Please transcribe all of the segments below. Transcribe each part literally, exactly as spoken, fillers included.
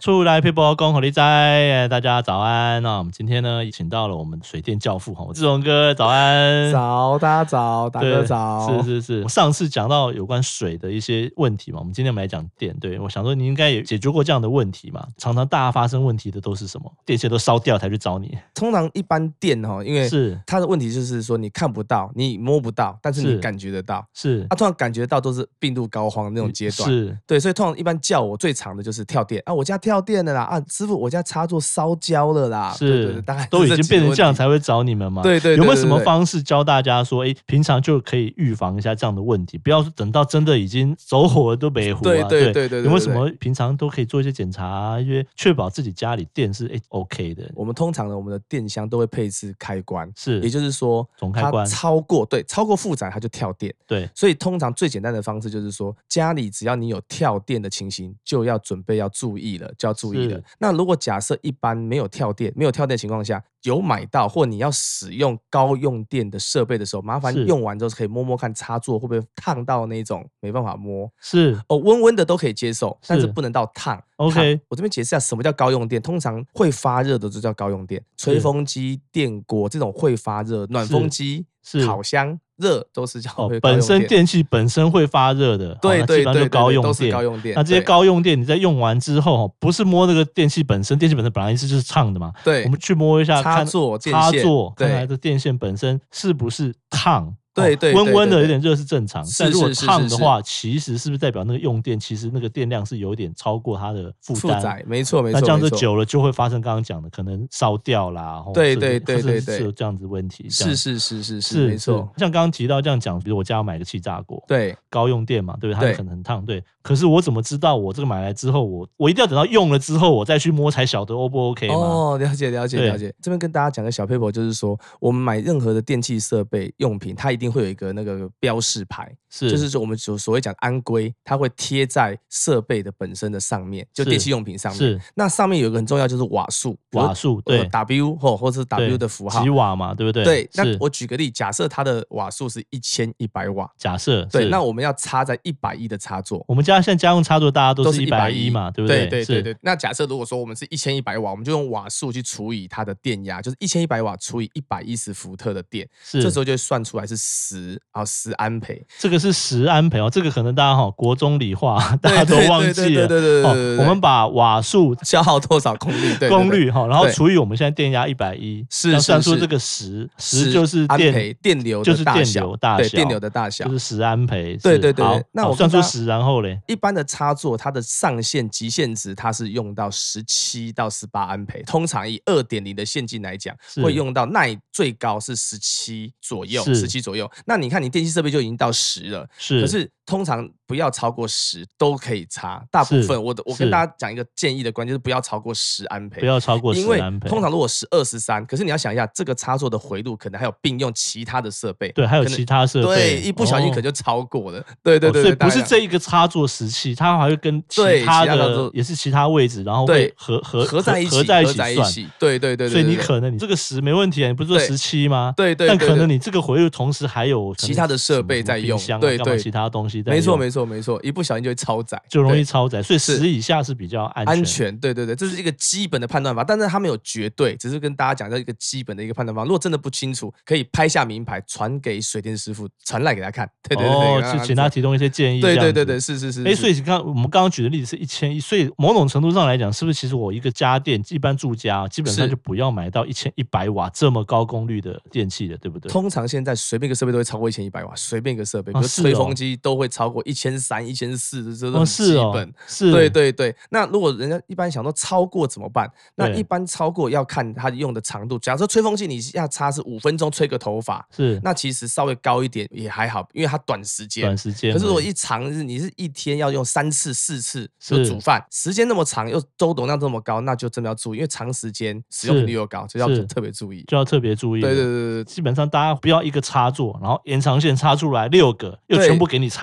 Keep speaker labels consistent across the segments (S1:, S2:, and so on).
S1: 出来配播恭候你在，大家早安。那我们今天呢，请到了我们水电教父志荣哥，早安。
S2: 早，大家早，大哥早。
S1: 是是是，我上次讲到有关水的一些问题嘛，我们今天我们来讲电。对，我想说你应该也解决过这样的问题嘛。常常大家发生问题的都是什么？电线都烧掉才去找你。
S2: 通常一般电哈，因为
S1: 是
S2: 它的问题就是说你看不到，你摸不到，但是你感觉得到。
S1: 是，
S2: 啊，通常感觉到都是病入膏肓的那种阶段。
S1: 是，对，
S2: 所以通常一般叫我最长的就是跳电啊，我家跳电了啦，啊，师傅，我家插座烧焦了啦。
S1: 是，
S2: 对对对，大概
S1: 都已经变成这样才会找你们嘛。
S2: 对 对, 对, 对, 对, 对，
S1: 有没有什么方式教大家说，哎，平常就可以预防一下这样的问题，不要等到真的已经走火都没糊啊？
S2: 对对对 对, 对，
S1: 有没有什么平常都可以做一些检查啊，因为确保自己家里电是哎 OK 的？
S2: 我们通常呢，我们的电箱都会配置开关，
S1: 是，
S2: 也就是说
S1: 总开关
S2: 它超过对超过负载它就跳电。
S1: 对，
S2: 所以通常最简单的方式就是说，家里只要你有跳电的情形，就要准备要注意了，就要注意了。那如果假设一般没有跳电，没有跳电的情况下，有买到或你要使用高用电的设备的时候，麻烦用完之后可以摸摸看插座会不会烫到那种，没办法摸。
S1: 是
S2: 哦，温温的都可以接受，但是不能到烫。
S1: OK，
S2: 我这边解释一下什么叫高用电。通常会发热的就叫高用电，吹风机、电锅这种会发热，暖风机、烤箱热都是叫高用电。
S1: 本身电器本身会发热的，
S2: 对对对，
S1: 高用电
S2: 都是高用电。
S1: 那这些高用电，你在用完之后，不是摸那个电器本身，电器本身本来是就是烫的嘛。
S2: 对，
S1: 我们去摸一下
S2: 插座、
S1: 插座，看它的电线本身是不是烫。
S2: 对对，
S1: 温温的有点热是正常，但如果烫的话，
S2: 其
S1: 实是不是代表那个用电其实那个电量是有点超过它的负担？
S2: 没错没错。
S1: 那这样子久了就会发生刚刚讲的可能烧掉啦。
S2: 对对对对对，
S1: 是有这样子问题。
S2: 是是是是是，没错。
S1: 像刚刚提到这样讲，比如我家要买个气炸锅，
S2: 对，
S1: 高用电嘛，对不对？它可能很烫，对。可是我怎么知道我这个买来之后，我我一定要等到用了之后我再去摸才晓得 O 不 OK 吗？
S2: 哦，了解了解了解。这边跟大家讲个小 paper， 就是说我们买任何的电器设备用品，它一定会有一个那个标示牌，
S1: 是，
S2: 就是说我们所所谓讲安规，它会贴在设备的本身的上面，就电器用品上面。
S1: 是，
S2: 那上面有一个很重要，就是瓦数，
S1: 瓦数对
S2: W 或或是 W 的符号，
S1: 几瓦嘛，对不对？
S2: 对。那我举个例，假设它的瓦数是一千一百瓦，
S1: 假设
S2: 对，那我们要插在一百一的插座。
S1: 我们家现在家用插座大家都是一百一嘛，对不对？
S2: 对对对对。那假设如果说我们是一千一百瓦，我们就用瓦数去除以它的电压，就是一千一百瓦除以一百一十伏特的电，这时候就会算出来是十啊十安培。
S1: 这个是十安培哦，这个可能大家哈国中理化大家都忘记了。
S2: 对对对对，
S1: 我们把瓦数
S2: 消耗多少功率，
S1: 功率哈，然后除以我们现在电压一百一，
S2: 是
S1: 算出这个十，十就是电
S2: 电流
S1: 就是电流大小，
S2: 电流的大小
S1: 就是十安培。
S2: 对对对，
S1: 那我算出十，然后嘞，
S2: 一般的插座它的上限极限值它是用到十七到十八安培，通常以 二点零 的线径来讲，会用到耐最高是十七左右，十七左右。那你看你电器设备就已经到十了，
S1: 是，
S2: 可是通常不要超过十都可以插，大部分我的我跟大家讲一个建议的观念，就是不要超过十安培，
S1: 不要超过十安培。
S2: 因为通常如果十二十三，可是你要想一下，这个插座的回路可能还有并用其他的设备，
S1: 对，还有其他设备，
S2: 对，一不小心可能就超过了。对对对，
S1: 所以不是这一个插座时期，它还会跟其他的也是其他位置，然后会合合
S2: 合在一起，
S1: 合在一起算。
S2: 对对对，
S1: 所以你可能你这个十没问题，你不是说十七吗？
S2: 对对，
S1: 但可能你这个回路同时还有
S2: 其他的设备在用，
S1: 对对，其他东西在用。
S2: 没错没错没错，一不小心就会超载，
S1: 就容易超载。所以十以下是比较安全。
S2: 安全，对对对，这是一个基本的判断法，但是它没有绝对，只是跟大家讲到一个基本的一个判断法。如果真的不清楚，可以拍下名牌传给水电师傅，传来给他看。对对对，
S1: 哦，去请他提供一些建议。
S2: 对对对对，是是是。
S1: 哎，所以你看我们刚刚举的例子是一千一，所以某种程度上来讲，是不是其实我一个家电一般住家基本上就不要买到一千一百瓦这么高功率的电器了，对不对？
S2: 通常现在随便一个设备都会超过一千一百瓦，随便一个设备，比如吹风机都会超过一千三、一千四，这都很基本。
S1: 是，
S2: 对对对。那如果人家一般想说超过怎么办？那一般超过要看它用的长度。假如说吹风机你要插是五分钟吹个头发，
S1: 是，
S2: 那其实稍微高一点也还好，因为它短时间。
S1: 短时间。
S2: 可是如果一长是你是一天要用三次、四次就煮饭，时间那么长又周抖量这么高，那就真的要注意，因为长时间使用频率又高，所以要特别注意。
S1: 就要特别注意。
S2: 对对对对，
S1: 基本上大家不要一个插座，然后延长线插出来六个，又全部给你插满。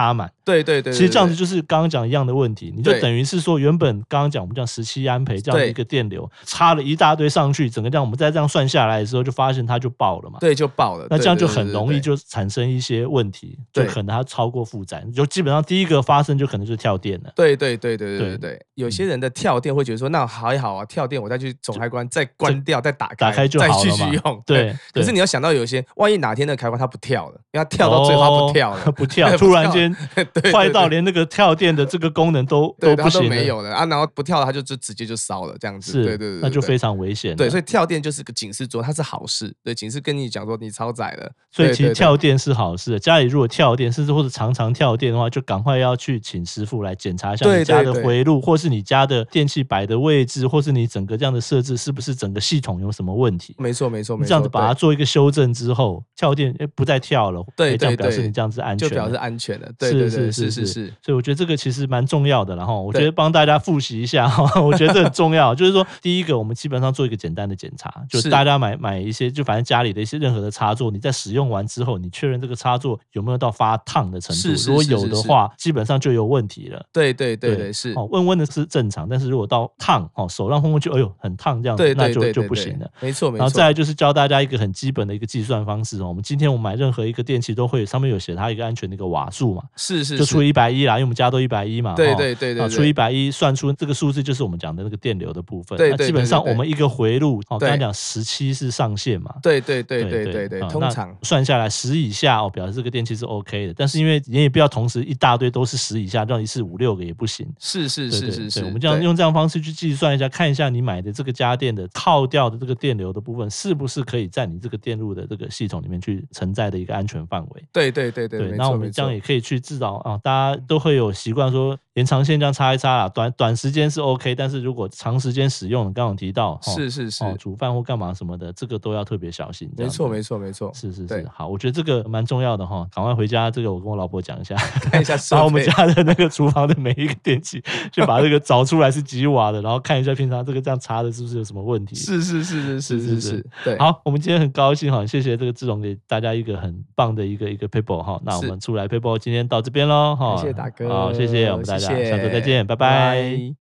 S2: 对对对，
S1: 其实这样子就是刚刚讲一样的问题，你就
S2: 对
S1: 等于是说原本刚刚讲我们讲十七安培这样的一个电流，插了一大堆上去，整个这样我们再这样算下来的时候，就发现它就爆了嘛。
S2: 对，就爆了。
S1: 那这样就
S2: 对对对
S1: 很容易
S2: 对对
S1: 就产生一些问题，就
S2: 对
S1: 可能它超过负载，就基本上第一个发生就可能就是跳电了。
S2: 对对对对对
S1: 对
S2: 对对，有些人的跳电会觉得说，那还好啊，跳电我再去总开关再关掉，再打开，
S1: 打开就
S2: 再
S1: 好了嘛
S2: 继续用。
S1: 对对
S2: 可是你要想到有些，万一哪天的开关它不跳了，因为它跳到最后它不跳了，
S1: 哦不跳，
S2: 对
S1: 突然间
S2: 对对对
S1: 坏到连那个跳电的这个功能都
S2: 对它都
S1: 都不行了，
S2: 没有了啊，然后不跳了，它就就直接就烧了这样子。
S1: 是，
S2: 对对对，
S1: 那就非
S2: 常
S1: 常危险了。
S2: 对，所以跳电就是个警示作用，它是好事。对，警示跟你讲说你超载了，
S1: 所以其实
S2: 对对对
S1: 跳电是好事的。家里如果跳电，甚至或者常常跳电的话，就赶快要去请师傅来检查一下
S2: 对
S1: 你家的
S2: 对对
S1: 回路，或是你家的电器摆的位置，或是你整个这样的设置是不是整个系统有什么问题。
S2: 没错没错没错，
S1: 你这样子把它
S2: 对
S1: 做一个修正之后，跳电诶不再跳了，
S2: 对
S1: 诶这样
S2: 对对
S1: 表示你这样子安全了，
S2: 就表示安全的。对对对，
S1: 是是是
S2: 是是。
S1: 所以我觉得这个其实蛮重要的啦，然后我觉
S2: 对
S1: 得帮大家复习一下哈，我觉得这很重要。就是说，第一个我们基本上做一个简单的检查，就是大家买买一些，就反正家里的一些任何的插座，你在使用完之后，你确认这个插座有没有到发烫的程度，
S2: 是是
S1: 如果有
S2: 是是是
S1: 的话，基本上就有问题了。
S2: 对对对对是。
S1: 哦，温温的是正常，但是如果到烫哦，手让碰过去，哎呦很烫这样子，
S2: 对
S1: 那就
S2: 对对对对
S1: 就不行了。
S2: 没错没错。
S1: 然后再来就是教大家一个很基本的一个计算方式哦。我们今天我们买任何一个电器都会上面有写它一个安全的一个瓦数嘛，
S2: 是是，
S1: 就除以一百一啦，因为我们家都一百一嘛。
S2: 对
S1: 哦
S2: 对对对对，
S1: 啊除以一百一算出这个数字就是我们讲的那个电流的部分。
S2: 对对对
S1: 那基本上
S2: 对对
S1: 我们一个回路哦，
S2: 对
S1: 刚才讲十七是上限嘛。
S2: 对对对对对对，
S1: 啊那
S2: 通常
S1: 算下来十以下哦，表示这个电器是 OK 的。但是因为你也不要同时一大堆都是十以下，让一次五六个也不行。
S2: 是是
S1: 对对
S2: 是是是，
S1: 对我们这样
S2: 对
S1: 用这样方式去计算一下，看一下你买的这个家电的套掉的这个电流的部分，是不是可以在你这个电路的这个系统里面去承载的一个安全范围。
S2: 对对对对，没
S1: 那我们
S2: 错没错
S1: 这样也可以去至少啊，大家都会有习惯说延长线这样插一插啦，短短时间是 OK， 但是如果长时间使用，刚刚有提到
S2: 是是是
S1: 哦，煮饭或干嘛什么的，这个都要特别小心。
S2: 没错没错没错，
S1: 是是
S2: 对
S1: 是，好，我觉得这个蛮重要的哈，赶快回家，这个我跟我老婆讲一下，
S2: 看一下设
S1: 把我们
S2: 备
S1: 家的那个厨房的每一个电器，就把这个找出来是几瓦的，然后看一下平常这个这样插的是不是有什么问题。
S2: 是是是是是是是，对。
S1: 好，我们今天很高兴哈，谢谢这个志荣给大家一个很棒的一个一个 paper 哈，那我们出来 paper 今天到这边喽哈，
S2: 谢谢大哥，
S1: 好，谢谢我们大家，
S2: 谢谢
S1: 下周再见，拜拜。
S2: 拜拜